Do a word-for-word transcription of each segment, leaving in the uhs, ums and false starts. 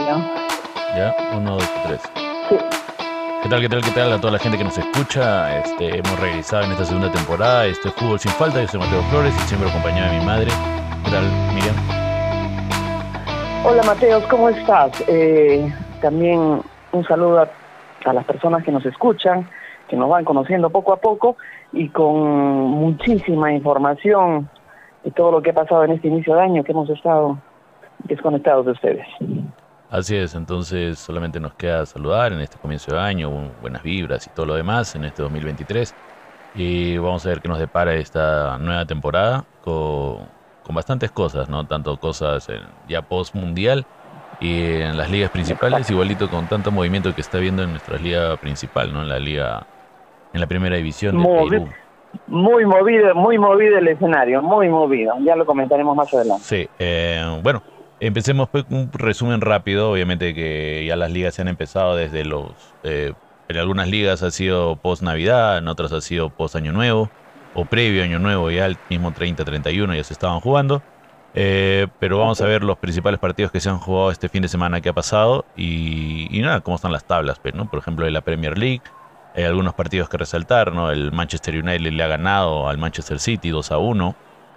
Ya. Ya, uno, dos, tres. Sí. ¿Qué tal, qué tal, qué tal a toda la gente que nos escucha? Este, hemos regresado en esta segunda temporada. Esto es Fútbol Sin Falta. Yo soy Mateo Flores y siempre acompañado de mi madre. ¿Qué tal, Miriam? Hola, Mateos, ¿cómo estás? Eh, también un saludo a, a las personas que nos escuchan, que nos van conociendo poco a poco y con muchísima información de todo lo que ha pasado en este inicio de año que hemos estado desconectados de ustedes. Así es, entonces solamente nos queda saludar en este comienzo de año, un- buenas vibras y todo lo demás en este dos mil veintitrés. Y vamos a ver qué nos depara esta nueva temporada con, con bastantes cosas, ¿no? Tanto cosas en- ya post mundial y en las ligas principales, Exacto. igualito con tanto movimiento que está habiendo en nuestra liga principal, ¿no? En la liga, en la primera división de Movi Perú. muy movido, muy movido el escenario, muy movido. Ya lo comentaremos más adelante. Sí, eh, bueno, empecemos pues, con un resumen rápido. Obviamente que ya las ligas se han empezado desde los... eh, en algunas ligas ha sido post Navidad, en otras ha sido post Año Nuevo o previo Año Nuevo, ya el mismo treinta treinta y uno ya se estaban jugando. Eh, pero vamos Así a es. ver los principales partidos que se han jugado este fin de semana que ha pasado y, y nada, cómo están las tablas, pues, ¿no? Por ejemplo, de la Premier League, hay algunos partidos que resaltar, ¿no? El Manchester United le ha ganado al Manchester City dos a uno.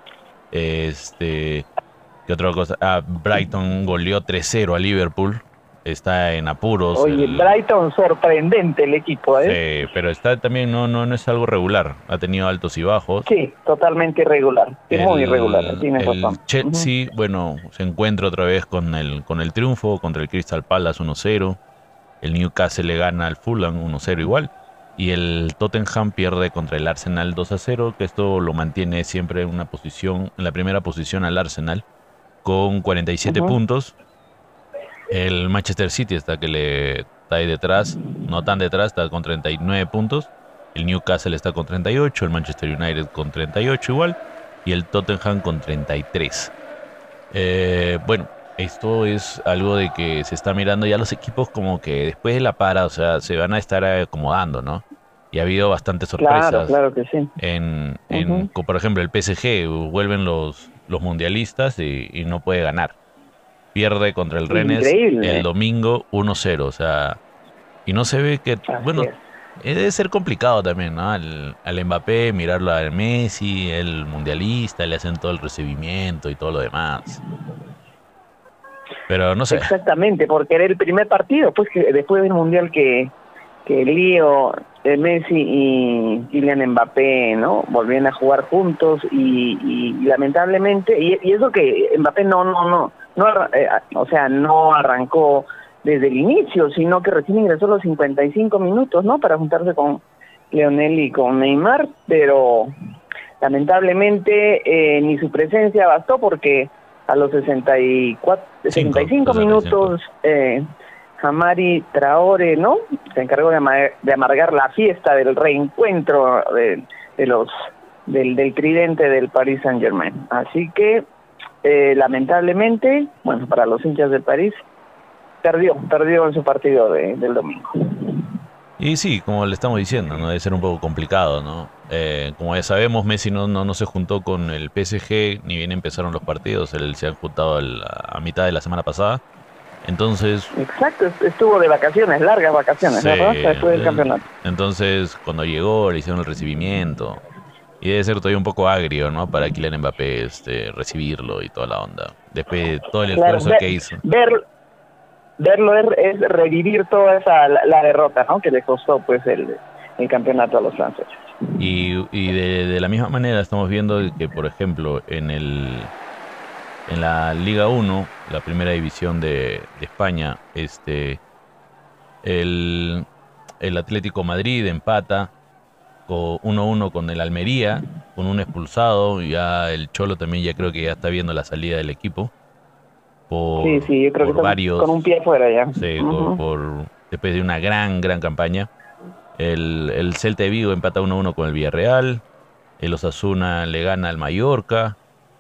Este, ¿qué otra cosa? Ah, Brighton goleó tres cero a Liverpool. Está en apuros. Oye, El, Brighton, sorprendente el equipo, ¿eh? sí, pero está también, no, no, no es algo regular. Ha tenido altos y bajos. Sí, totalmente irregular, sí, muy irregular, El, tienes el razón. Ujú. Chelsea, bueno, se encuentra otra vez con el, con el triunfo contra el Crystal Palace uno cero. El Newcastle le gana al Fulham uno cero igual. Y el Tottenham pierde contra el Arsenal dos a cero, que esto lo mantiene siempre en una posición, en la primera posición al Arsenal, con cuarenta y siete Ujú. puntos. El Manchester City está que le está ahí detrás, no tan detrás, está con treinta y nueve puntos. El Newcastle está con treinta y ocho, el Manchester United con treinta y ocho igual, y el Tottenham con treinta y tres. Eh, bueno, esto es algo de que se está mirando ya los equipos como que después de la para, o sea, se van a estar acomodando, ¿no? Y ha habido bastantes Claro, sorpresas claro que sí. en, en Ujú. co- por ejemplo, el P S G, vuelven los, los mundialistas y, y no puede ganar. Pierde contra el Rennes el Increíble, domingo uno cero, o sea, y no se ve que, así bueno, es. eh, debe ser complicado también, ¿no? Al, al Mbappé, mirarlo al Messi, el mundialista, le hacen todo el recibimiento y todo lo demás. Pero no sé. Exactamente, porque era el primer partido, pues que después del Mundial que, que Lío, eh, Messi y Kylian Mbappé, ¿no? Volvían a jugar juntos y, y lamentablemente, y, y eso que Mbappé no, no, no, no arra- eh, o sea, no arrancó desde el inicio, sino que recién ingresó a los cincuenta y cinco minutos, ¿no? Para juntarse con Leonel y con Neymar, pero lamentablemente eh, ni su presencia bastó porque a los sesenta y cuatro, sesenta y cinco, cinco sesenta y cinco. minutos eh, Hamari Traore, ¿no? Se encargó de, amar- de amargar la fiesta del reencuentro de, de los del, del tridente del Paris Saint-Germain. Así que eh, lamentablemente, bueno, para los hinchas del París, perdió, perdió en su partido de, del domingo. Y sí, como le estamos diciendo, ¿no? Debe ser un poco complicado, ¿no? Eh, como ya sabemos, Messi no, no, no se juntó con el P S G, ni bien empezaron los partidos, él se han juntado el- a mitad de la semana pasada. Entonces, Exacto, estuvo de vacaciones, largas vacaciones, sí, ¿verdad? Después del eh, campeonato. entonces cuando llegó le hicieron el recibimiento. Y debe ser todavía un poco agrio, ¿no? Para Kylian Mbappé este, recibirlo y toda la onda. Después de todo el Claro, esfuerzo ver, que hizo. ver, verlo es, es revivir toda esa la, la derrota, ¿no? Que le costó pues el, el campeonato a los franceses. Y, y de, de la misma manera estamos viendo que, por ejemplo, en el en la Liga uno, la primera división de, de España, este el, el Atlético Madrid empata con uno a uno con el Almería, con un expulsado. Ya el Cholo también ya creo que ya está viendo la salida del equipo Sí, por, sí, yo creo que por están con un varios, pie fuera ya. sí, por, Uh-huh. por- después de una gran, gran campaña. El, el Celta de Vigo empata uno a uno con el Villarreal. El Osasuna le gana al Mallorca.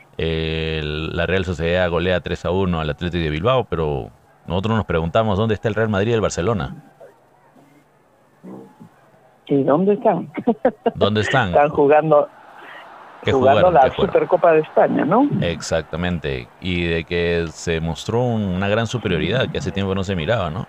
El- la Real Sociedad golea tres a uno al Atlético de Bilbao, pero nosotros nos preguntamos dónde está el Real Madrid y el Barcelona. ¿Y dónde están? ¿Dónde están? Están jugando, ¿Qué jugando jugaron? la ¿Qué jugaron? Supercopa de España, ¿no? Exactamente. Y de que se mostró un- una gran superioridad que hace tiempo no se miraba, ¿no?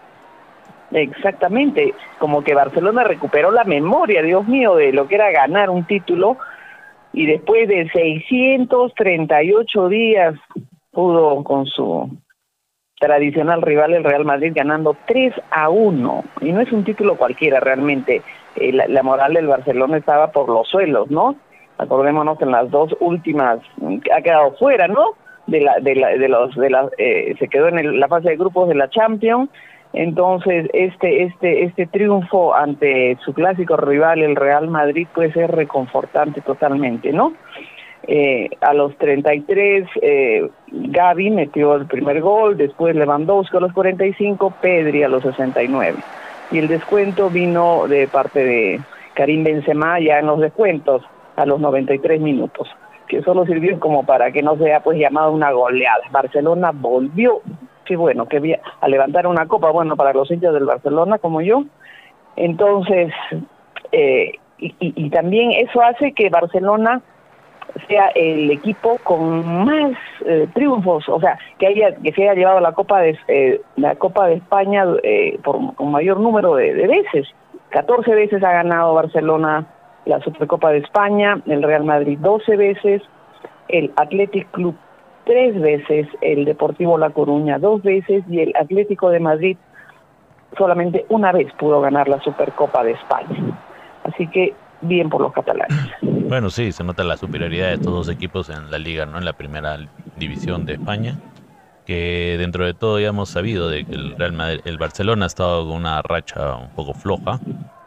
Exactamente, como que Barcelona recuperó la memoria, Dios mío, de lo que era ganar un título y después de seiscientos treinta y ocho días pudo con su tradicional rival el Real Madrid ganando tres a uno, y no es un título cualquiera realmente. Eh, la, la moral del Barcelona estaba por los suelos, ¿no? Acordémonos que en las dos últimas ha quedado fuera, ¿no? De la de la de los de la eh, se quedó en el, la fase de grupos de la Champions. Entonces este este este triunfo ante su clásico rival el Real Madrid puede ser reconfortante totalmente, ¿no? Eh, a los treinta y tres eh, Gavi metió el primer gol, después Lewandowski a los cuarenta y cinco, Pedri a los sesenta y nueve, y el descuento vino de parte de Karim Benzema ya en los descuentos a los noventa y tres minutos, que solo sirvió como para que no sea pues llamado una goleada. Barcelona volvió, qué bueno, que había, a levantar una copa, bueno, para los hinchas del Barcelona como yo. Entonces eh, y, y, y también eso hace que Barcelona sea el equipo con más eh, triunfos, o sea, que haya que se haya llevado la Copa de eh, la Copa de España eh, por con mayor número de, de veces. catorce veces ha ganado Barcelona la Supercopa de España, el Real Madrid doce veces, el Athletic Club tres veces, el Deportivo La Coruña dos veces y el Atlético de Madrid solamente una vez pudo ganar la Supercopa de España. Así que bien por los catalanes. Bueno, sí, se nota la superioridad de estos dos equipos en la liga, ¿no? En la primera división de España, que dentro de todo ya hemos sabido de que el Real Madrid, el Barcelona ha estado con una racha un poco floja,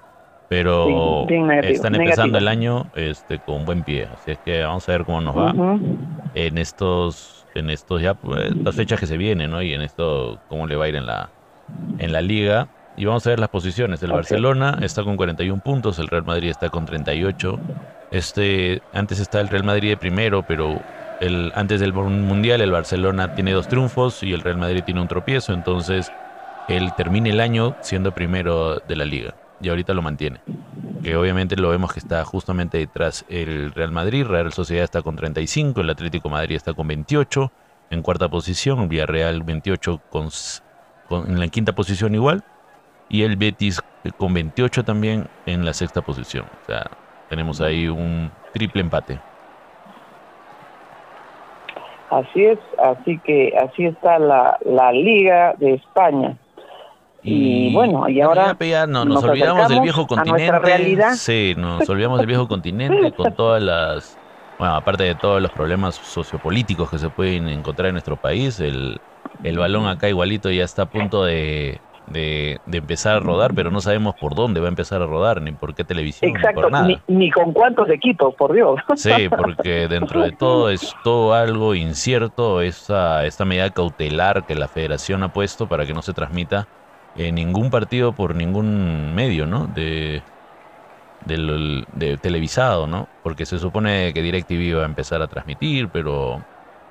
pero sí, negativo, están empezando negativo. el año este con buen pie, así es que vamos a ver cómo nos va Uh-huh. en estos en estos ya pues, las fechas que se vienen, ¿no? Y en esto cómo le va a ir en la en la liga. Y vamos a ver las posiciones. El Okay. Barcelona está con cuarenta y uno puntos, el Real Madrid está con treinta y ocho. Este, antes está el Real Madrid de primero, pero el, antes del Mundial el Barcelona tiene dos triunfos y el Real Madrid tiene un tropiezo, entonces él termina el año siendo primero de la liga y ahorita lo mantiene. Que obviamente lo vemos que está justamente detrás el Real Madrid. Real Sociedad está con treinta y cinco, el Atlético de Madrid está con veintiocho, en cuarta posición, Villarreal veintiocho con, con, en la quinta posición igual, y el Betis con veintiocho también en la sexta posición. O sea, tenemos ahí un triple empate. Así es, así que así está la, la Liga de España. Y, y bueno, y ahora ya, ya, no, nos, nos olvidamos del viejo continente. A nuestra realidad. Sí, nos olvidamos del viejo continente con todas las, bueno, aparte de todos los problemas sociopolíticos que se pueden encontrar en nuestro país, el, el balón acá igualito ya está a punto de, de, de empezar a rodar, pero no sabemos por dónde va a empezar a rodar, ni por qué televisión, Exacto, ni por nada. Ni, ni con cuántos equipos, por Dios. Sí, porque dentro de todo es todo algo incierto, esta, esta medida cautelar que la federación ha puesto para que no se transmita en ningún partido por ningún medio, ¿no? De, de, de televisado, ¿no? Porque se supone que DirecTV va a empezar a transmitir, pero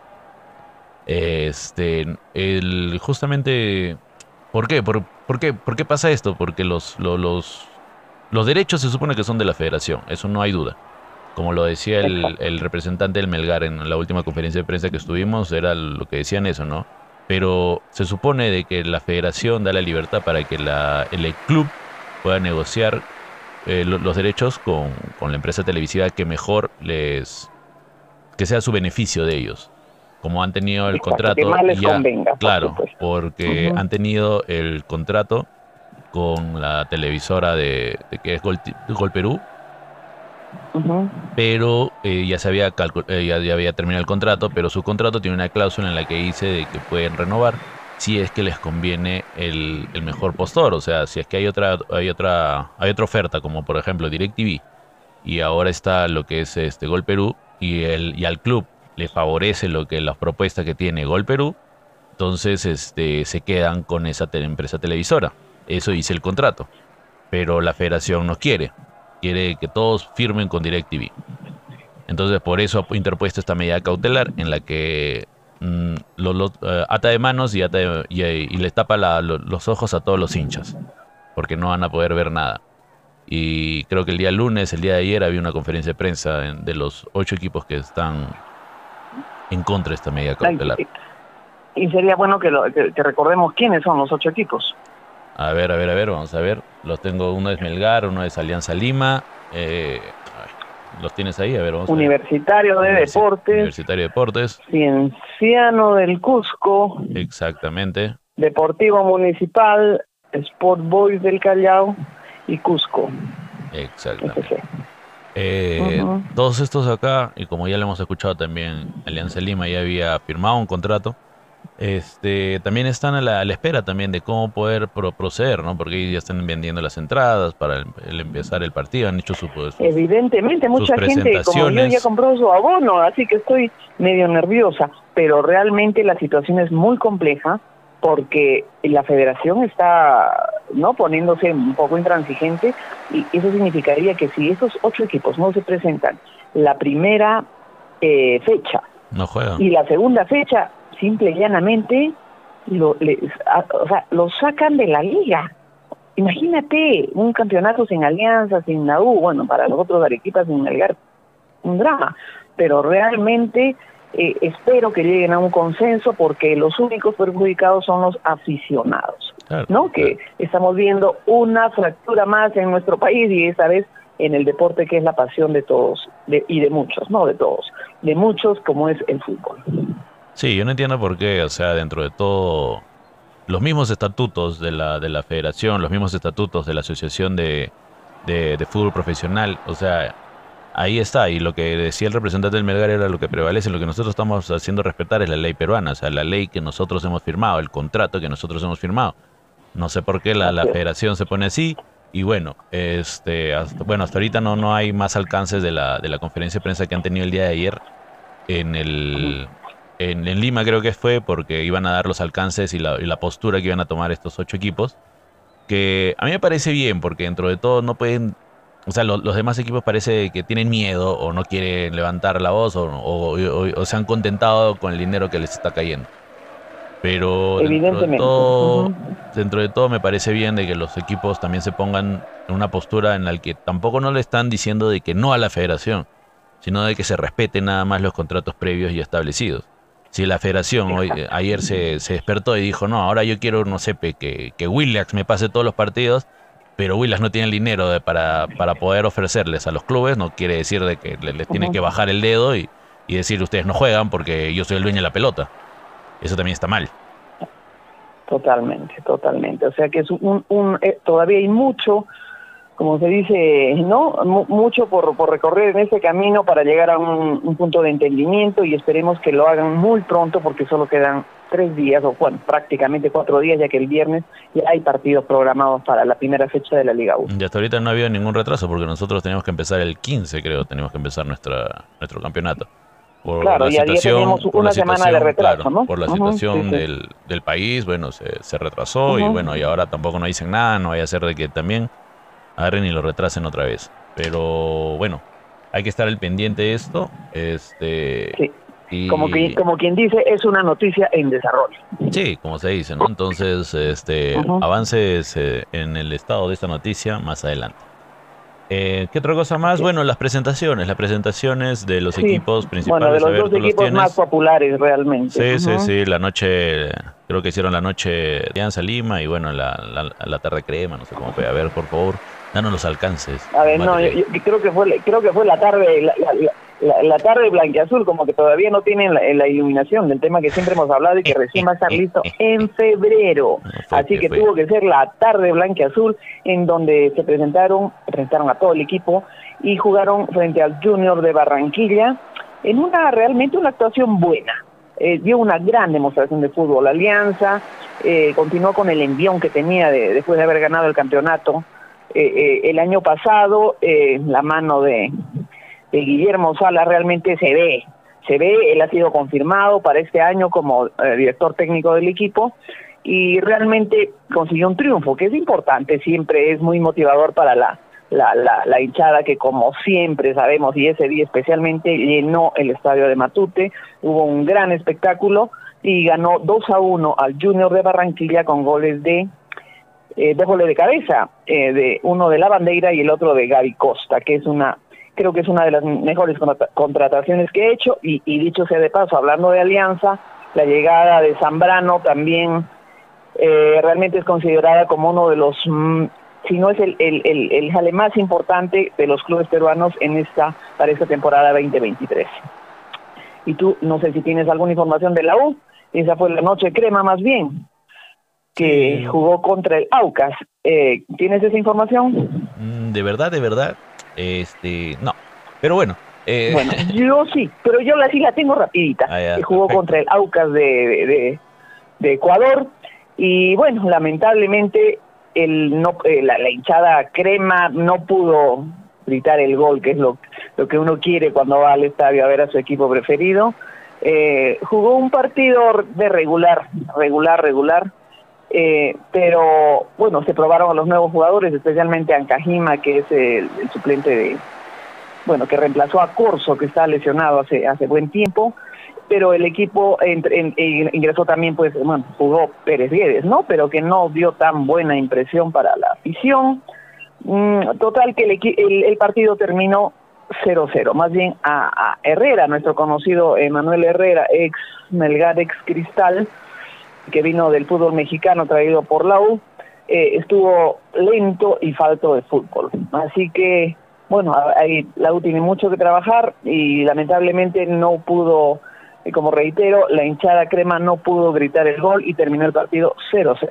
este, el, justamente, ¿por qué? ¿Por, por qué? ¿Por qué pasa esto? Porque los, los, los, los derechos se supone que son de la federación, eso no hay duda. Como lo decía el, el representante del Melgar en la última conferencia de prensa que estuvimos, era lo que decían eso, ¿no? Pero se supone de que la federación da la libertad para que la, el club pueda negociar eh, lo, los derechos con, con la empresa televisiva que mejor les... que sea su beneficio de ellos. Como han tenido el Exacto, contrato... que más les ya, convenga, por claro, supuesto. porque Uh-huh. han tenido el contrato con la televisora de, de que es Gol, Gol Perú, Uh-huh. pero eh, ya se había calcul eh, ya, ya había terminado el contrato, pero su contrato tiene una cláusula en la que dice de que pueden renovar si es que les conviene el, el mejor postor, o sea, si es que hay otra hay otra hay otra oferta, como por ejemplo DirecTV, y ahora está lo que es este Gol Perú, y el y al club le favorece lo que las propuestas que tiene Gol Perú, entonces este se quedan con esa te empresa televisora. Eso dice el contrato, pero la federación no quiere. Quiere que todos firmen con DirecTV. Entonces por eso ha interpuesto esta medida cautelar en la que mmm, lo, lo, uh, ata de manos y, ata de, y, y les tapa la, lo, los ojos a todos los hinchas, porque no van a poder ver nada. y creo que el día lunes, el día de ayer, había una conferencia de prensa en, de los ocho equipos que están en contra de esta medida cautelar. Y sería bueno que, lo, que, que recordemos quiénes son los ocho equipos. A ver, a ver, a ver, vamos a ver. Los tengo, uno es Melgar, uno es Alianza Lima. Eh, ¿Los tienes ahí? A ver, vamos Universitario a ver. de Universi Deportes. Universitario de Deportes. Cienciano del Cusco. Exactamente. Deportivo Municipal, Sport Boys del Callao y Cusco. Exactamente. Eh, uh-huh. Todos estos acá, y como ya lo hemos escuchado también, Alianza Lima ya había firmado un contrato. Este, también están a la, a la espera también de cómo poder pro proceder, ¿no? Porque ya están vendiendo las entradas para el, el empezar el partido, han hecho su, sus, evidentemente mucha gente como yo ya compró su abono, así que estoy medio nerviosa, pero realmente la situación es muy compleja porque la federación está no poniéndose un poco intransigente, y eso significaría que si estos ocho equipos no se presentan la primera eh, fecha no juegan, y la segunda fecha, simple y llanamente lo, les, a, o sea, lo sacan de la liga. Imagínate un campeonato sin Alianza, sin la U, bueno, para los otros Arequipas sin Melgar, un drama, pero realmente eh, espero que lleguen a un consenso, porque los únicos perjudicados son los aficionados, claro, ¿no? Que claro. Estamos viendo una fractura más en nuestro país, y esta vez en el deporte que es la pasión de todos, de, y de muchos, no de todos, de muchos, como es el fútbol. Sí, yo no entiendo por qué, o sea, dentro de todo, los mismos estatutos de la de la federación, los mismos estatutos de la asociación de, de, de fútbol profesional, o sea, ahí está, y lo que decía el representante del Melgar era lo que prevalece, lo que nosotros estamos haciendo respetar es la ley peruana, o sea, la ley que nosotros hemos firmado, el contrato que nosotros hemos firmado. No sé por qué la, la federación se pone así, y bueno, este, hasta, bueno, hasta ahorita no, no hay más alcances de la, de la conferencia de prensa que han tenido el día de ayer en el... En, en Lima creo que fue, porque iban a dar los alcances y la, y la postura que iban a tomar estos ocho equipos, que a mí me parece bien, porque dentro de todo no pueden, o sea, lo, los demás equipos parece que tienen miedo o no quieren levantar la voz o, o, o, o se han contentado con el dinero que les está cayendo. Pero dentro de todo, uh-huh. dentro de todo me parece bien de que los equipos también se pongan en una postura en la que tampoco no le están diciendo de que no a la federación, sino de que se respeten nada más los contratos previos y establecidos. Si la federación hoy, ayer se, se despertó y dijo, no, ahora yo quiero, no sé, que, que Willax me pase todos los partidos, pero Willax no tiene el dinero de, para, para poder ofrecerles a los clubes, no quiere decir de que les, les uh-huh. tiene que bajar el dedo y, y decir, ustedes no juegan porque yo soy el dueño de la pelota. Eso también está mal. Totalmente, totalmente. O sea que es un, un eh, todavía hay mucho, como se dice, ¿no? M- mucho por, por recorrer en ese camino para llegar a un, un punto de entendimiento, y esperemos que lo hagan muy pronto, porque solo quedan tres días, o bueno, prácticamente cuatro días, ya que el viernes ya hay partidos programados para la primera fecha de la Liga uno. Y hasta ahorita no ha habido ningún retraso, porque nosotros teníamos que empezar el quince, creo, teníamos que empezar nuestra nuestro campeonato. Por claro, la y ayer teníamos una semana de retraso, claro, ¿no? Por la uh-huh, situación sí, sí. Del, del país, bueno, se, se retrasó, uh-huh. y bueno, y ahora tampoco no dicen nada, no vaya a ser de que también agarren y lo retrasen otra vez. Pero bueno, hay que estar al pendiente de esto. Este, sí. y... como, que, como quien dice, es una noticia en desarrollo. Sí, como se dice, ¿no? Entonces, este, uh-huh. avances eh, en el estado de esta noticia más adelante. Eh, ¿Qué otra cosa más? Sí. Bueno, las presentaciones, las presentaciones de los sí. equipos principales. Bueno, de los a ver, dos equipos más populares realmente. Sí, uh-huh. sí, sí, la noche, creo que hicieron la noche Alianza Lima y bueno, la, la, la tarde crema, no sé cómo fue. A ver, por favor, danos los alcances. A ver, no, yo, yo creo que fue, creo que fue la tarde, la, la, la, la tarde blanquiazul, como que todavía no tienen la, la iluminación del tema que siempre hemos hablado y que recién va a estar listo en febrero. No, fue, Así que fue. tuvo que ser la tarde blanquiazul, en donde se presentaron, presentaron a todo el equipo y jugaron frente al Junior de Barranquilla en una realmente una actuación buena. Eh, dio una gran demostración de fútbol. La Alianza eh, continuó con el envión que tenía de, después de haber ganado el campeonato eh, eh, el año pasado. Eh, la mano de de Guillermo Sala realmente se ve, se ve, él ha sido confirmado para este año como eh, director técnico del equipo, y realmente consiguió un triunfo, que es importante, siempre es muy motivador para la, la, la, la hinchada, que como siempre sabemos, y ese día especialmente, llenó el estadio de Matute, hubo un gran espectáculo, y ganó dos a uno al Junior de Barranquilla con goles de eh, dos goles de cabeza, eh, de uno de La Bandeira y el otro de Gaby Costa, que es una, creo que es una de las mejores contrataciones que he hecho, y, y dicho sea de paso, hablando de Alianza, la llegada de Zambrano también eh, realmente es considerada como uno de los, mm, si no es el, el, el, el jale más importante de los clubes peruanos en esta, para esta temporada veinte veintitrés. Y tú, no sé si tienes alguna información de la U, esa fue la noche crema más bien, que sí jugó contra el Aucas. Eh, ¿Tienes esa información? De verdad, de verdad, este, no, pero bueno. Eh... Bueno, yo sí, pero yo la sí la tengo rapidita. Ah, ya, que jugó perfecto. contra el Aucas de, de, de, de Ecuador, y bueno, lamentablemente el no eh, la, la hinchada crema no pudo gritar el gol, que es lo, lo que uno quiere cuando va al estadio a ver a su equipo preferido. Eh, jugó un partido de regular, regular, regular, eh, pero bueno, se probaron a los nuevos jugadores, especialmente a Ancajima, que es el, el suplente de, bueno, que reemplazó a Corso, que está lesionado hace hace buen tiempo, pero el equipo en, en, en, ingresó también, pues, bueno, jugó Pérez Guedes, ¿no? Pero que no dio tan buena impresión para la afición. Mm, total que el, el, el partido terminó cero cero, más bien a, a Herrera, nuestro conocido Emanuel Herrera, ex Melgar, ex Cristal, que vino del fútbol mexicano traído por la U, eh, estuvo lento y falto de fútbol. Así que, bueno, ahí la U tiene mucho que trabajar y lamentablemente no pudo, eh, como reitero, la hinchada crema no pudo gritar el gol y terminó el partido cero cero.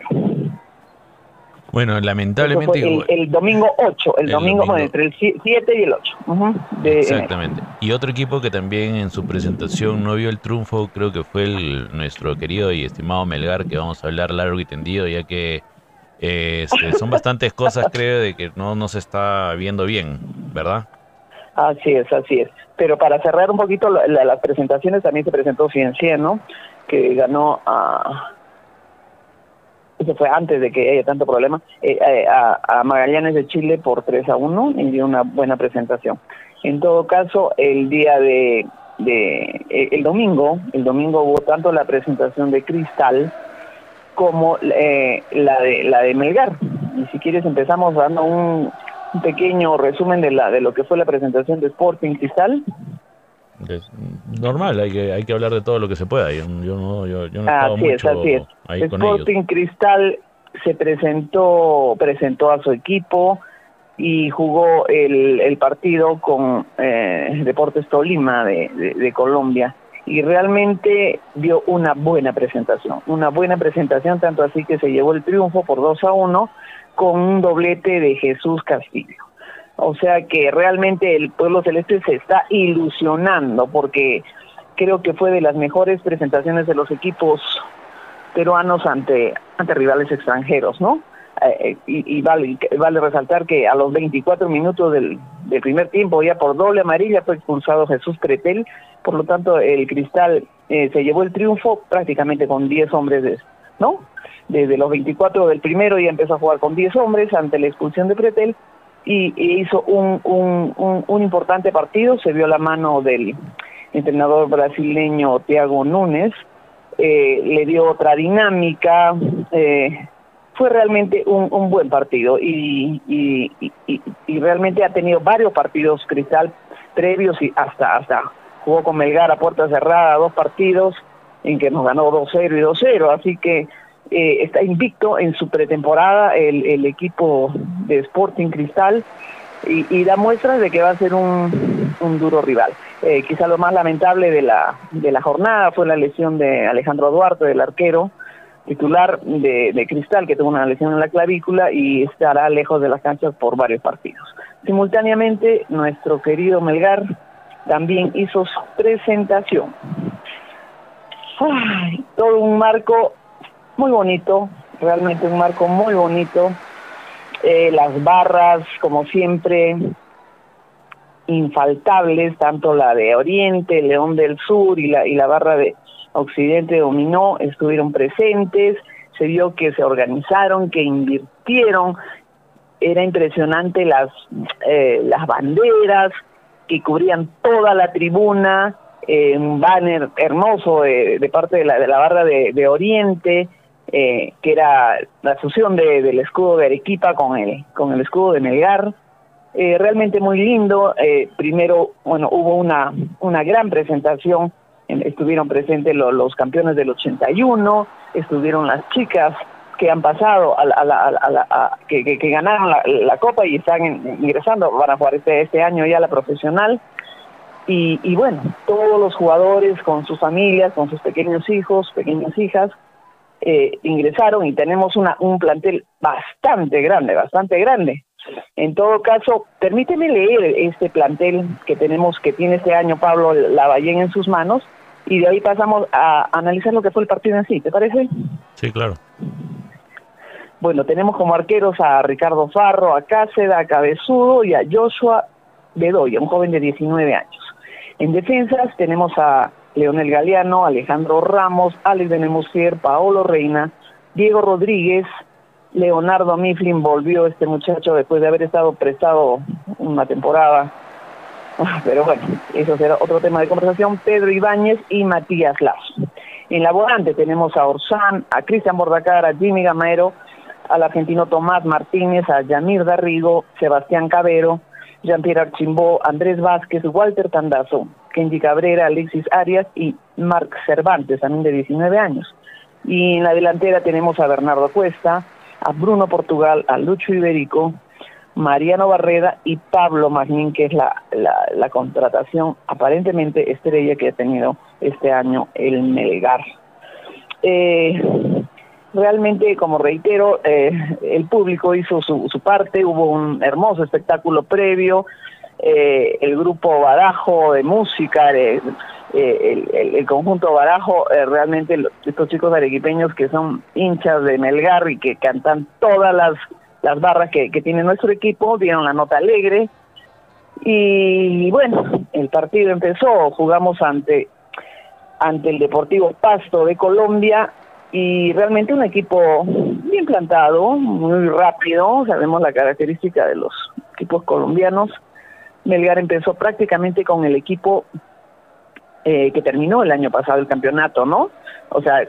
Bueno, lamentablemente... El, el domingo ocho, el, el domingo, domingo, bueno, entre el siete y el ocho. Uh-huh, de exactamente. Enero. Y otro equipo que también en su presentación no vio el triunfo, creo que fue el, nuestro querido y estimado Melgar, que vamos a hablar largo y tendido, ya que eh, este, son bastantes cosas, creo, de que no, no se está viendo bien, ¿verdad? Así es, así es. Pero para cerrar un poquito la, la, las presentaciones, también se presentó Cienciano, ¿no? Que ganó a... Eso fue antes de que haya tanto problema, eh, eh, a, a Magallanes de Chile por tres a uno y dio una buena presentación. En todo caso, el día de, de eh, el domingo, el domingo hubo tanto la presentación de Cristal como eh, la de la de Melgar. Y si quieres empezamos dando un, un pequeño resumen de la de lo que fue la presentación de Sporting Cristal. Es normal, hay que hay que hablar de todo lo que se pueda. Yo, yo no yo, yo no he estado así mucho es, así es. ahí Sporting con ellos. Cristal se presentó presentó a su equipo y jugó el, el partido con eh, Deportes Tolima de, de, de Colombia, y realmente dio una buena presentación, una buena presentación, tanto así que se llevó el triunfo por dos a uno con un doblete de Jesús Castillo. O sea que realmente el pueblo celeste se está ilusionando, porque creo que fue de las mejores presentaciones de los equipos peruanos ante ante rivales extranjeros, ¿no? Eh, y, y vale vale resaltar que a los veinticuatro minutos del, del primer tiempo, ya por doble amarilla, fue expulsado Jesús Pretel. Por lo tanto, el Cristal eh, se llevó el triunfo prácticamente con diez hombres, de, ¿no? Desde los veinticuatro del primero ya empezó a jugar con diez hombres ante la expulsión de Pretel. Y, y hizo un, un, un, un importante partido. Se vio la mano del entrenador brasileño Thiago Nunes, eh, le dio otra dinámica, eh, fue realmente un, un buen partido, y, y, y, y realmente ha tenido varios partidos Cristal previos, y hasta, hasta jugó con Melgar a puerta cerrada dos partidos en que nos ganó dos cero y dos cero, así que Eh, está invicto en su pretemporada el, el equipo de Sporting Cristal, y, y da muestras de que va a ser un, un duro rival. Eh, quizá lo más lamentable de la de la jornada fue la lesión de Alejandro Duarte, del arquero titular de, de Cristal, que tuvo una lesión en la clavícula y estará lejos de las canchas por varios partidos. Simultáneamente, nuestro querido Melgar también hizo su presentación. Ay, todo un marco muy bonito, realmente un marco muy bonito. Eh, las barras, como siempre, infaltables, tanto la de Oriente, León del Sur y la, y la barra de Occidente Dominó estuvieron presentes. Se vio que se organizaron, que invirtieron. Era impresionante las, eh, las banderas que cubrían toda la tribuna, eh, un banner hermoso de, de parte de la, de la barra de, de Oriente. eh, que era la fusión de, del escudo de Arequipa con el, con el escudo de Melgar. Eh, realmente muy lindo. Eh, primero, bueno, hubo una, una gran presentación, estuvieron presentes lo, los campeones del ochenta y uno, estuvieron las chicas que han pasado, a la, a la, a la, a, que, que, que ganaron la, la Copa y están ingresando, van a jugar este, este año ya la profesional. Y, y bueno, todos los jugadores con sus familias, con sus pequeños hijos, pequeñas hijas, eh, ingresaron y tenemos una, un plantel bastante grande, bastante grande. En todo caso, permíteme leer este plantel que tenemos, que tiene este año Pablo Lavallén en sus manos, y de ahí pasamos a analizar lo que fue el partido en sí, ¿te parece? Sí, claro. Bueno, tenemos como arqueros a Ricardo Farro, a Cáceda, a Cabezudo y a Joshua Bedoya, un joven de diecinueve años. En defensas tenemos a Leonel Galeano, Alejandro Ramos, Alex Benemusier, Paolo Reina, Diego Rodríguez, Leonardo Mifflin, volvió este muchacho después de haber estado prestado una temporada, pero bueno, eso será otro tema de conversación, Pedro Ibáñez y Matías Lazo. En la volante tenemos a Orsán, a Cristian Bordacar, a Jimmy Gamero, al argentino Tomás Martínez, a Yamir Darrigo, Sebastián Cabero, Jean-Pierre Archimbó, Andrés Vázquez, Walter Tandazo, Kenji Cabrera, Alexis Arias y Marc Cervantes, también de diecinueve años. Y en la delantera tenemos a Bernardo Cuesta, a Bruno Portugal, a Lucho Iberico, Mariano Barreda y Pablo Magnín, que es la, la, la contratación aparentemente estrella que ha tenido este año el Melgar. Eh, realmente, como reitero, eh, el público hizo su, su parte, hubo un hermoso espectáculo previo, eh, el grupo Badajo de música, eh, eh, el, el, el conjunto Badajo, eh, realmente los, estos chicos arequipeños que son hinchas de Melgar y que cantan todas las, las barras que, que tiene nuestro equipo, dieron la nota alegre, y bueno, el partido empezó, jugamos ante, ante el Deportivo Pasto de Colombia, y realmente un equipo bien plantado, muy rápido, sabemos la característica de los equipos colombianos. Melgar empezó prácticamente con el equipo eh, que terminó el año pasado el campeonato, ¿no? O sea,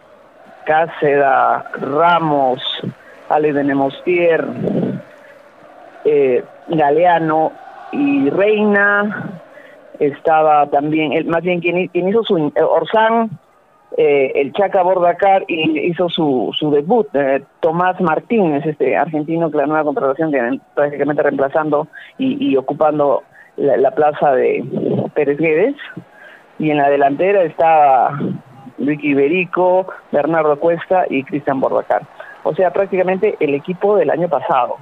Cáceda, Ramos, Alex Benemusier, eh, Galeano y Reina, estaba también, el, más bien quien, quien hizo su, eh, Orsán, eh, el Chaca Bordacar, y hizo su, su debut, eh, Tomás Martínez, este argentino, que la nueva contratación, que prácticamente reemplazando y, y ocupando la, la plaza de Pérez Guedes. Y en la delantera estaba Luigi Iberico, Bernardo Cuesta y Cristian Bordacar. O sea, prácticamente el equipo del año pasado.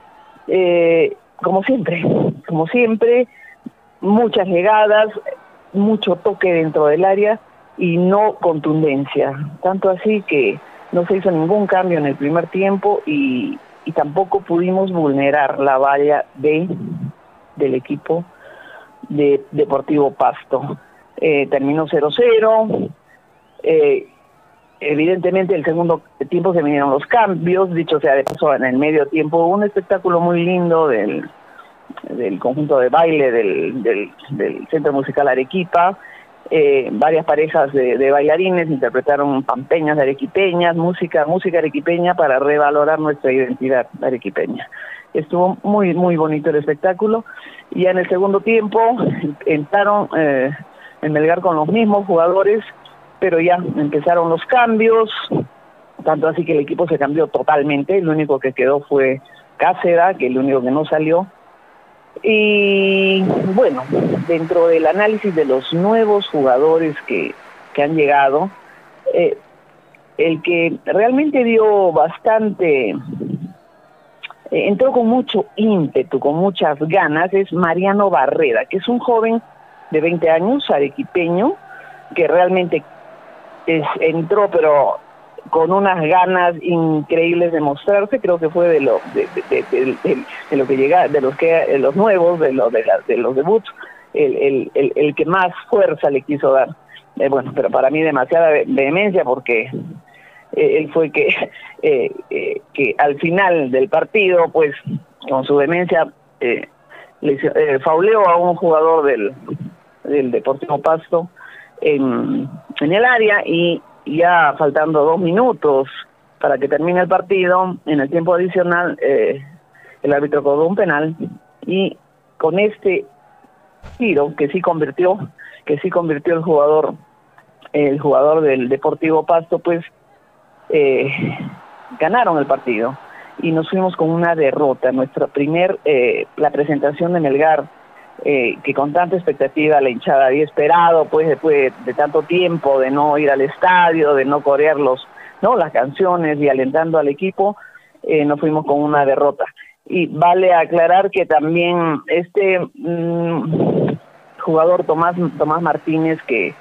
Eh, como siempre, como siempre, muchas llegadas, mucho toque dentro del área y no contundencia. Tanto así que no se hizo ningún cambio en el primer tiempo y, y tampoco pudimos vulnerar la valla de, del equipo de Deportivo Pasto. Eh, terminó cero cero. Eh, evidentemente el segundo tiempo se vinieron los cambios, dicho sea de paso, en el medio tiempo hubo un espectáculo muy lindo del, del conjunto de baile del, del, del Centro Musical Arequipa. Eh, varias parejas de, de bailarines interpretaron pampeñas arequipeñas, música, música arequipeña para revalorar nuestra identidad arequipeña. Estuvo muy, muy bonito el espectáculo. Y ya en el segundo tiempo entraron eh, en Melgar con los mismos jugadores, pero ya empezaron los cambios, tanto así que el equipo se cambió totalmente. El único que quedó fue Cáceda, que es el único que no salió. Y bueno, dentro del análisis de los nuevos jugadores que, que han llegado, eh, el que realmente dio bastante, eh, entró con mucho ímpetu, con muchas ganas, es Mariano Barreda, que es un joven de veinte años, arequipeño, que realmente es, entró pero con unas ganas increíbles de mostrarse. Creo que fue de lo de, de, de, de, de lo que llega, de los que de los nuevos, de los de, la, de los debuts, el, el, el, el que más fuerza le quiso dar. Eh, bueno, pero para mí demasiada vehemencia, porque eh, él fue que eh, eh, que al final del partido, pues con su vehemencia eh, le eh, fauleó a un jugador del del Deportivo Pasto en, en el área, y ya faltando dos minutos para que termine el partido, en el tiempo adicional, eh, el árbitro cobró un penal y con este tiro que sí convirtió, que sí convirtió el jugador, el jugador del Deportivo Pasto, pues eh, ganaron el partido y nos fuimos con una derrota. Nuestra primer, eh, la presentación de Melgar, eh, que con tanta expectativa la hinchada había esperado, pues después de, de tanto tiempo de no ir al estadio, de no corear los, no, las canciones y alentando al equipo, eh, nos fuimos con una derrota. Y vale aclarar que también este mmm, jugador Tomás, Tomás Martínez, que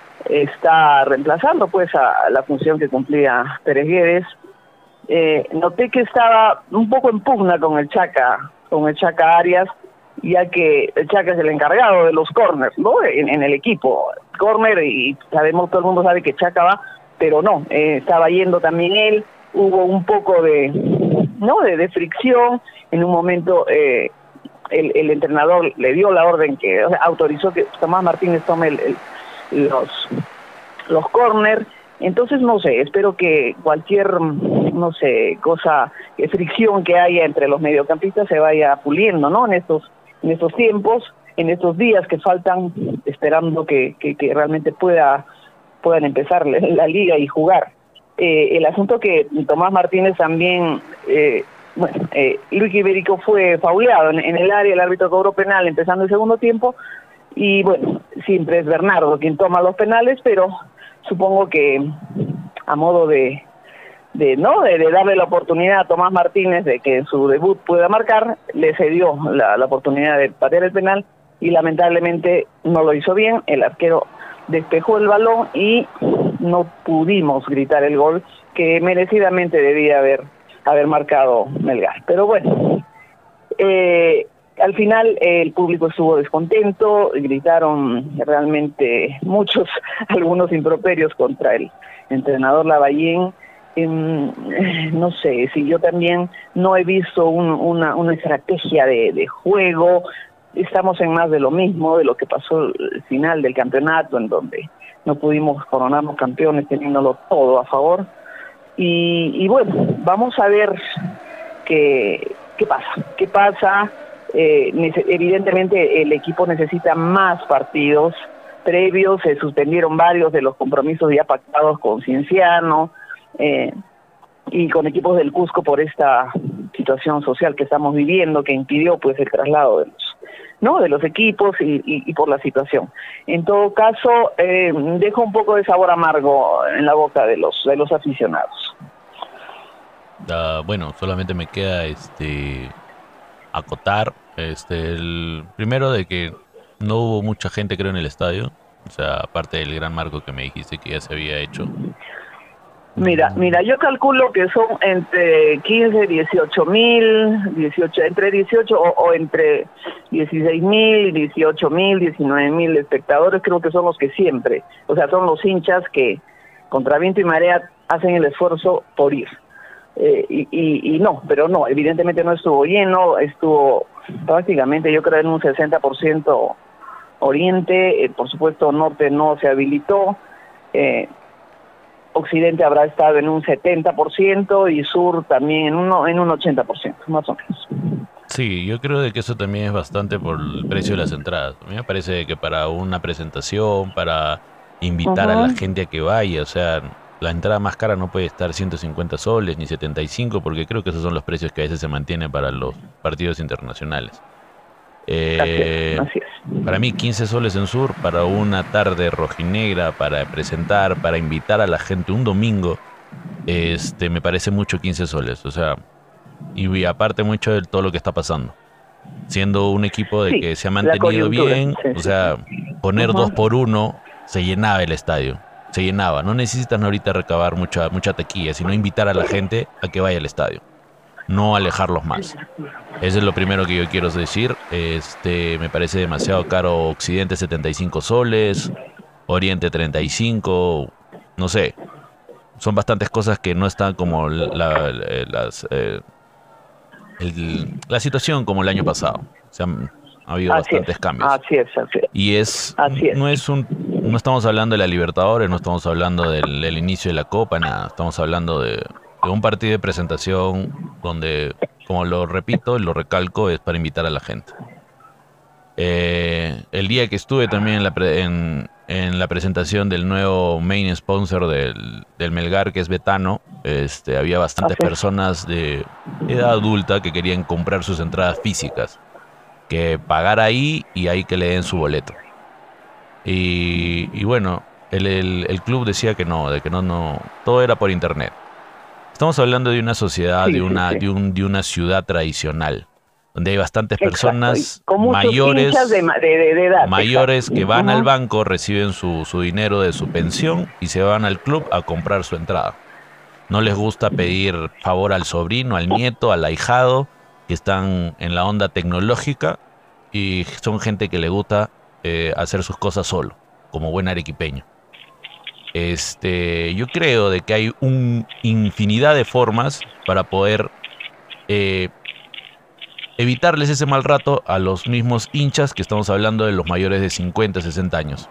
está reemplazando pues a la función que cumplía Pérez Guedes, eh, noté que estaba un poco en pugna con el Chaca, con el Chaca Arias, ya que el Chaca es el encargado de los corners, ¿no? En, en el equipo, corner, y sabemos, todo el mundo sabe que Chaca va, pero no, eh, estaba yendo también él, hubo un poco de, ¿no? de, de fricción, en un momento eh, el, el entrenador le dio la orden que, o sea, autorizó que Tomás Martínez tome el, el, los, los corners. Entonces, no sé, espero que cualquier, no sé, cosa, eh, fricción que haya entre los mediocampistas se vaya puliendo, ¿no? En estos, en estos tiempos, en estos días que faltan, esperando que, que, que realmente pueda, puedan empezar la, la liga y jugar. Eh, el asunto que Tomás Martínez también, eh, bueno, eh, Luis Ibérico fue fauleado en, en el área, el árbitro cobró penal empezando el segundo tiempo, y bueno, siempre es Bernardo quien toma los penales, pero supongo que a modo de, de no de, de darle la oportunidad a Tomás Martínez de que en su debut pueda marcar, le cedió la, la oportunidad de patear el penal y lamentablemente no lo hizo bien. El arquero despejó el balón y no pudimos gritar el gol que merecidamente debía haber, haber marcado Melgar. Pero bueno, eh, al final eh, el público estuvo descontento, gritaron realmente muchos, algunos improperios contra el entrenador Lavallén. Eh, no sé, si yo también no he visto un, una, una estrategia de, de juego, estamos en más de lo mismo, de lo que pasó al final del campeonato, en donde no pudimos coronarnos campeones teniéndolo todo a favor. Y, y bueno, vamos a ver qué, qué pasa, qué pasa. Eh, evidentemente el equipo necesita más partidos previos, se suspendieron varios de los compromisos ya pactados con Cienciano eh, y con equipos del Cusco por esta situación social que estamos viviendo, que impidió pues el traslado de los, ¿no? de los equipos y, y, y por la situación. En todo caso, eh, deja un poco de sabor amargo en la boca de los, de los aficionados. Uh, bueno, solamente me queda este acotar este el primero de que no hubo mucha gente, creo, en el estadio, o sea, aparte del gran marco que me dijiste que ya se había hecho. Mira, mira, yo calculo que son entre quince, dieciocho mil, dieciocho, entre dieciocho o, o entre dieciséis mil, dieciocho mil, diecinueve mil espectadores, creo que son los que siempre, o sea, son los hinchas que contra viento y marea hacen el esfuerzo por ir. Eh, y, y, y no, pero no, evidentemente no estuvo lleno, estuvo prácticamente yo creo en un sesenta por ciento oriente, eh, por supuesto norte no se habilitó, eh, occidente habrá estado en un setenta por ciento y sur también en, uno, en un ochenta por ciento, más o menos. Sí, yo creo de que eso también es bastante por el precio de las entradas. A mí me parece que para una presentación, para invitar uh-huh. a la gente a que vaya, o sea, la entrada más cara no puede estar ciento cincuenta soles ni setenta y cinco, porque creo que esos son los precios que a veces se mantienen para los partidos internacionales. Eh, así es, así es. Para mí quince soles en Sur, para una tarde rojinegra, para presentar, para invitar a la gente un domingo, este me parece mucho quince soles, o sea, y aparte mucho de todo lo que está pasando. Siendo un equipo de sí, que se ha mantenido bien, sí, o sea, sí. poner uh-huh. dos por uno, se llenaba el estadio. Se llenaba, no necesitan ahorita recabar mucha mucha taquilla, sino invitar a la gente a que vaya al estadio, no alejarlos más. Eso es lo primero que yo quiero decir. Este, me parece demasiado caro Occidente, setenta y cinco soles, Oriente treinta y cinco, no sé, son bastantes cosas que no están como la, la, las, eh, el, la situación como el año pasado. O sea, ha habido así bastantes es, cambios. Así es, así es. Y es, así es. no es un, no estamos hablando de la Libertadores, no estamos hablando del, del inicio de la Copa, nada. Estamos hablando de este, un partido de presentación donde, como lo repito y lo recalco, es para invitar a la gente. Eh, el día que estuve también en la, pre en, en la presentación del nuevo main sponsor del, del Melgar, que es Betano, este, había bastantes Así. personas de edad adulta que querían comprar sus entradas físicas, que pagar ahí y ahí que le den su boleto. Y, y bueno, el, el, el club decía que no, de que no, no, todo era por internet. Estamos hablando de una sociedad, Sí, de sí, una, sí. de un, de una ciudad tradicional, donde hay bastantes Exacto. Y personas con muchos hinchas de, mayores, de, de, de edad. mayores Exacto. que van al Uh-huh. banco, reciben su, su dinero de su pensión y se van al club a comprar su entrada. No les gusta pedir favor al sobrino, al nieto, al ahijado, que están en la onda tecnológica y son gente que le gusta eh, hacer sus cosas solo, como buen arequipeño. Este, yo creo de que hay un infinidad de formas para poder eh, evitarles ese mal rato a los mismos hinchas, que estamos hablando de los mayores de cincuenta, sesenta años.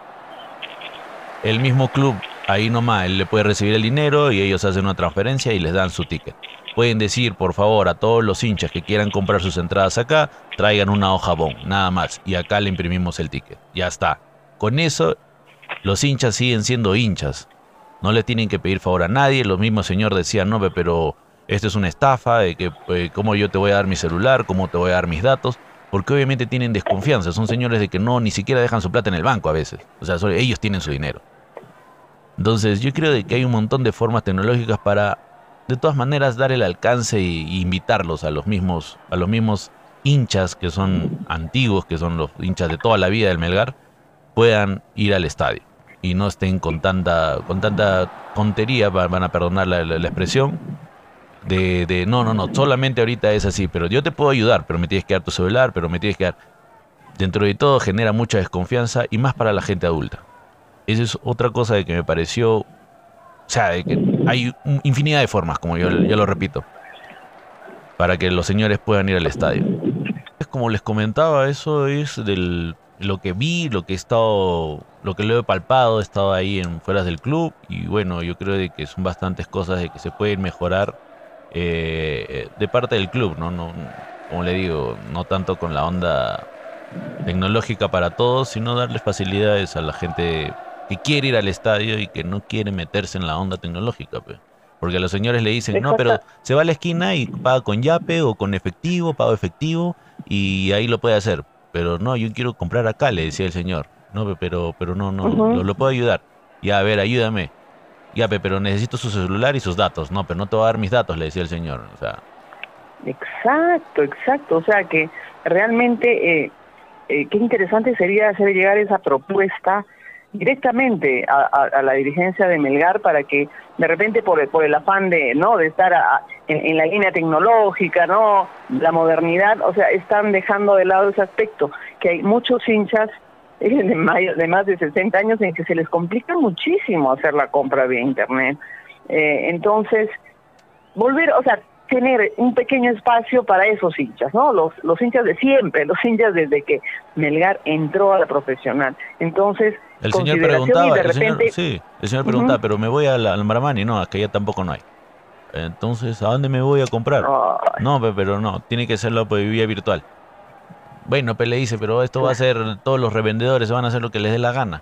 El mismo club, ahí nomás, él le puede recibir el dinero y ellos hacen una transferencia y les dan su ticket. Pueden decir, por favor, a todos los hinchas que quieran comprar sus entradas acá, traigan una hoja bon, nada más, y acá le imprimimos el ticket. Ya está. Con eso, los hinchas siguen siendo hinchas. No le tienen que pedir favor a nadie. Los mismos señores decían, no, pero esto es una estafa, de que eh, cómo yo te voy a dar mi celular, cómo te voy a dar mis datos, porque obviamente tienen desconfianza. Son señores de que no, ni siquiera dejan su plata en el banco a veces. O sea, solo ellos tienen su dinero. Entonces yo creo de que hay un montón de formas tecnológicas para, de todas maneras, dar el alcance y, y invitarlos a los mismos, a los mismos hinchas que son antiguos, que son los hinchas de toda la vida del Melgar, puedan ir al estadio y no estén con tanta, con tanta tontería, van a perdonar la, la, la expresión, de, de no, no, no, solamente ahorita es así, pero yo te puedo ayudar, pero me tienes que dar tu celular, pero me tienes que dar. Dentro de todo genera mucha desconfianza y más para la gente adulta. Esa es otra cosa de que me pareció, o sea, de que hay infinidad de formas, como yo, yo lo repito, para que los señores puedan ir al estadio. Es como les comentaba, eso es del lo que vi, lo que he estado, lo que lo he palpado, he estado ahí en fuera del club y bueno, yo creo de que son bastantes cosas de que se pueden mejorar eh, de parte del club, ¿no? No, como le digo, no tanto con la onda tecnológica para todos, sino darles facilidades a la gente que quiere ir al estadio y que no quiere meterse en la onda tecnológica, pues. Porque a los señores le dicen, no, Exacto. pero se va a la esquina y paga con Yape o con efectivo, pago efectivo, y ahí lo puede hacer. Pero no, yo quiero comprar acá, le decía el señor. No, pero, pero no, no, Uh-huh. lo, lo puedo ayudar. Ya, a ver, ayúdame. Yape, pero necesito su celular y sus datos. No, pero no te voy a dar mis datos, le decía el señor. O sea, Exacto, exacto. O sea que realmente eh, eh, qué interesante sería hacer llegar esa propuesta directamente a, a, a la dirigencia de Melgar para que de repente por el, por el afán de no de estar a, en, en la línea tecnológica, no la modernidad, o sea, están dejando de lado ese aspecto, que hay muchos hinchas eh, de, mayo, de más de sesenta años en que se les complica muchísimo hacer la compra vía internet. Eh, entonces, volver, o sea, tener un pequeño espacio para esos hinchas, ¿no? Los, los hinchas de siempre, los hinchas desde que Melgar entró a la profesional. Entonces, el señor consideración y preguntaba, de el repente... señor, sí, el señor Uh-huh. preguntaba, pero me voy al, al Maramani, no, acá ya tampoco no hay. Entonces, ¿a dónde me voy a comprar? Oh, No, pe- pero no, tiene que serlo por vía virtual. Bueno, Pe le dice, pero esto va a ser, todos los revendedores van a hacer lo que les dé la gana.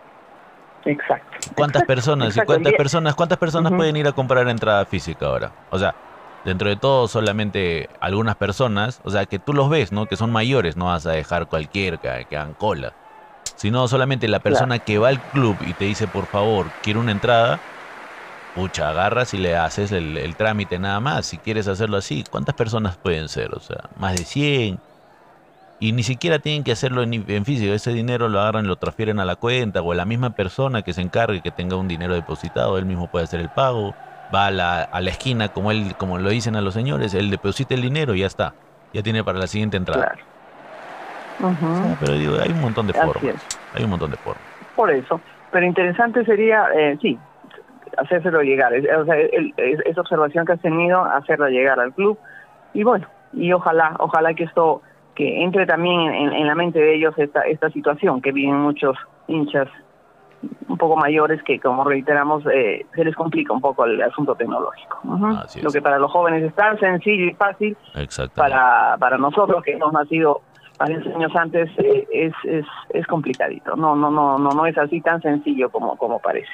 exacto. ¿Cuántas Exacto, personas y exacto. cuántas personas, cuántas personas Uh-huh. pueden ir a comprar entrada física ahora? O sea, dentro de todo solamente algunas personas, o sea, que tú los ves, ¿no? Que son mayores, no vas a dejar cualquier que, que hagan cola. Sino solamente la persona Claro. que va al club y te dice, por favor, quiero una entrada, pucha, agarras y le haces el, el trámite nada más. Si quieres hacerlo así, ¿cuántas personas pueden ser? O sea, más de cien. Y ni siquiera tienen que hacerlo en, en físico. Ese dinero lo agarran y lo transfieren a la cuenta. O a la misma persona que se encargue, que tenga un dinero depositado, él mismo puede hacer el pago. Va a la, a la esquina, como él, como lo dicen a los señores, él deposita el dinero y ya está. Ya tiene para la siguiente entrada. Claro. Uh-huh. O sea, pero digo, hay un montón de Así formas. es. Hay un montón de formas. Por eso. Pero interesante sería, eh, sí, hacérselo llegar. Es, o sea, el, es, esa observación que has tenido, hacerla llegar al club. Y bueno, y ojalá, ojalá que esto, que entre también en, en la mente de ellos esta, esta situación que viven muchos hinchas un poco mayores que, como reiteramos, eh, se les complica un poco el asunto tecnológico. Uh-huh. Lo que para los jóvenes es tan sencillo y fácil, para para nosotros que hemos nacido varios años antes eh, es, es es complicadito. No no no no no es así tan sencillo como como parece.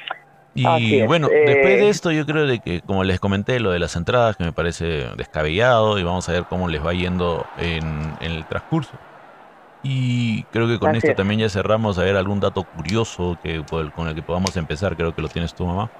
Y es, bueno, eh... después de esto yo creo de que, como les comenté, lo de las entradas, que me parece descabellado, y vamos a ver cómo les va yendo en, en el transcurso. Y creo que con Así esto es. también ya cerramos a ver algún dato curioso que con el que podamos empezar. Creo que lo tienes tú, mamá.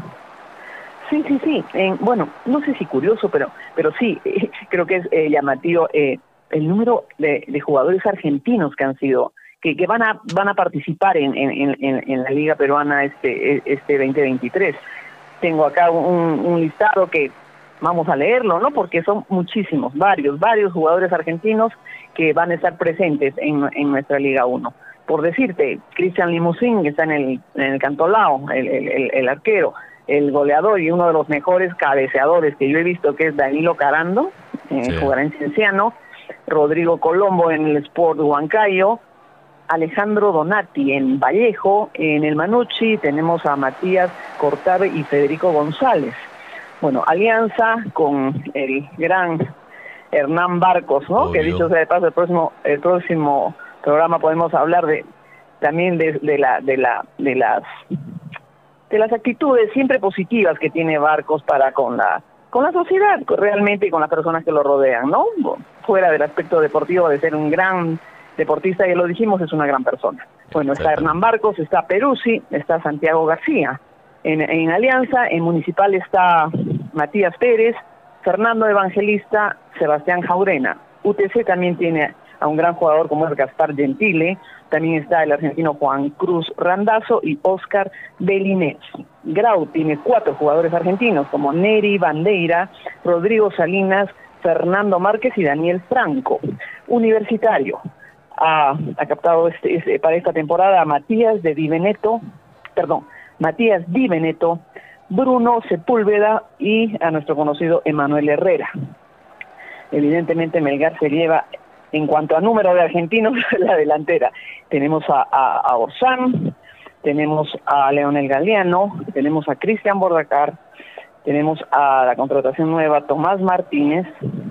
Sí, sí, sí. Eh, bueno, no sé si curioso, pero pero sí, eh, creo que es eh, llamativo eh, el número de, de jugadores argentinos que han sido, que, que van a van a participar en, en, en, en la Liga Peruana este este veinte veintitrés. Tengo acá un, un listado que vamos a leerlo, ¿no? Porque son muchísimos, varios, varios jugadores argentinos que van a estar presentes en, en nuestra Liga uno. Por decirte, Cristian Limousin, que está en el, en el Cantolao, el, el, el arquero, el goleador y uno de los mejores cabeceadores que yo he visto, que es Danilo Carando, eh, sí. jugará en Cienciano, Rodrigo Colombo en el Sport Huancayo, Alejandro Donati en Vallejo, en el Manucci tenemos a Matías Cortave y Federico González. Bueno, alianza con el gran Hernán Barcos, ¿no? Obvio. Que dicho sea de paso, el próximo el próximo programa podemos hablar de también de, de la de la de las de las actitudes siempre positivas que tiene Barcos para con la con la sociedad realmente y con las personas que lo rodean, ¿no? Fuera del aspecto deportivo de ser un gran deportista, ya lo dijimos, es una gran persona. Bueno, está Hernán Barcos, está Peruzzi, está Santiago García. En, en Alianza, en Municipal está Matías Pérez, Fernando Evangelista, Sebastián Jaurena. U T C también tiene a un gran jugador como es Gaspar Gentile, también está el argentino Juan Cruz Randazzo y Oscar Belinés. Grau tiene cuatro jugadores argentinos como Neri Bandeira, Rodrigo Salinas, Fernando Márquez y Daniel Franco. Universitario ha, ha captado este, este, para esta temporada a Matías de Di Veneto, perdón, Matías Di Veneto, Bruno Sepúlveda y a nuestro conocido Emanuel Herrera. Evidentemente Melgar se lleva, en cuanto a número de argentinos, la delantera. Tenemos a, a, a Orsán, tenemos a Leonel Galeano, tenemos a Cristian Bordacar, tenemos a la contratación nueva Tomás Martínez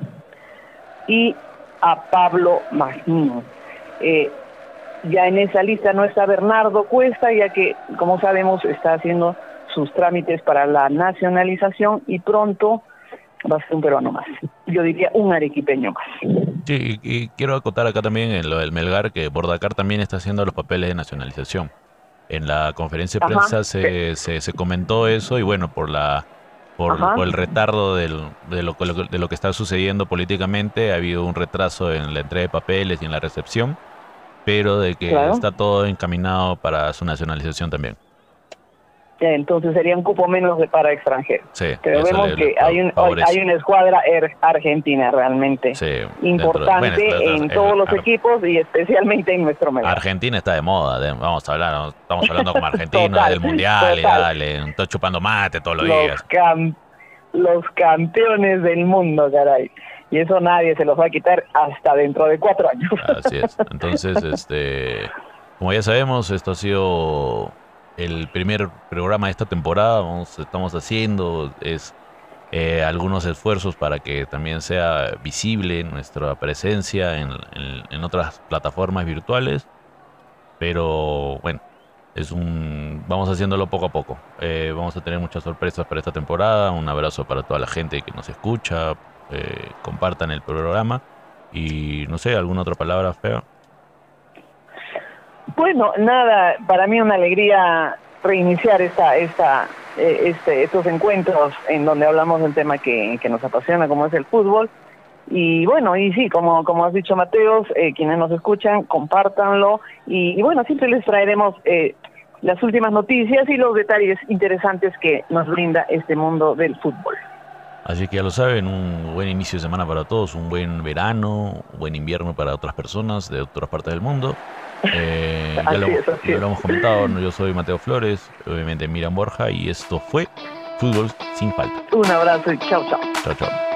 y a Pablo Magnín. Eh, ya en esa lista no está Bernardo Cuesta, ya que, como sabemos, está haciendo sus trámites para la nacionalización y pronto va a ser un peruano más. Yo diría un arequipeño más. Sí, y, y quiero acotar acá también en lo del Melgar que Bordacar también está haciendo los papeles de nacionalización. En la conferencia de prensa Ajá, se, sí. se, se comentó eso y bueno, por la por, por el retardo del, de, lo, de lo que está sucediendo políticamente, ha habido un retraso en la entrega de papeles y en la recepción, pero de que claro. está todo encaminado para su nacionalización también. Entonces sería un cupo menos de para extranjeros. Sí, pero vemos le, que le, hay, un, hay una escuadra er, argentina realmente sí, importante dentro, bueno, en todos es, los claro. equipos y especialmente en nuestro medio. Argentina está de moda, de, vamos a hablar, estamos hablando como Argentina total, del mundial, y dale, estoy chupando mate todos los, los días. Cam, los campeones del mundo, caray. Y eso nadie se los va a quitar hasta dentro de cuatro años. Así es. Entonces, este, como ya sabemos, esto ha sido el primer programa de esta temporada. Vamos, estamos haciendo es eh, algunos esfuerzos para que también sea visible nuestra presencia en, en, en otras plataformas virtuales, pero bueno, es un vamos haciéndolo poco a poco. Eh, vamos a tener muchas sorpresas para esta temporada. Un abrazo para toda la gente que nos escucha. Eh, compartan el programa y no sé, alguna otra palabra fea. Bueno, nada, para mí una alegría reiniciar esta, esta, eh, este, estos encuentros en donde hablamos del tema que, que nos apasiona, como es el fútbol. Y bueno, y sí, como, como has dicho, Mateos, eh, quienes nos escuchan, compártanlo. Y, y bueno, siempre les traeremos eh, las últimas noticias y los detalles interesantes que nos brinda este mundo del fútbol. Así que ya lo saben, un buen inicio de semana para todos, un buen verano, un buen invierno para otras personas de otras partes del mundo. Eh, ya, lo, es, ya lo hemos comentado, yo soy Mateo Flores, obviamente Miriam Borja, y esto fue Fútbol Sin Falta. Un abrazo y chao, chao. Chao, chao.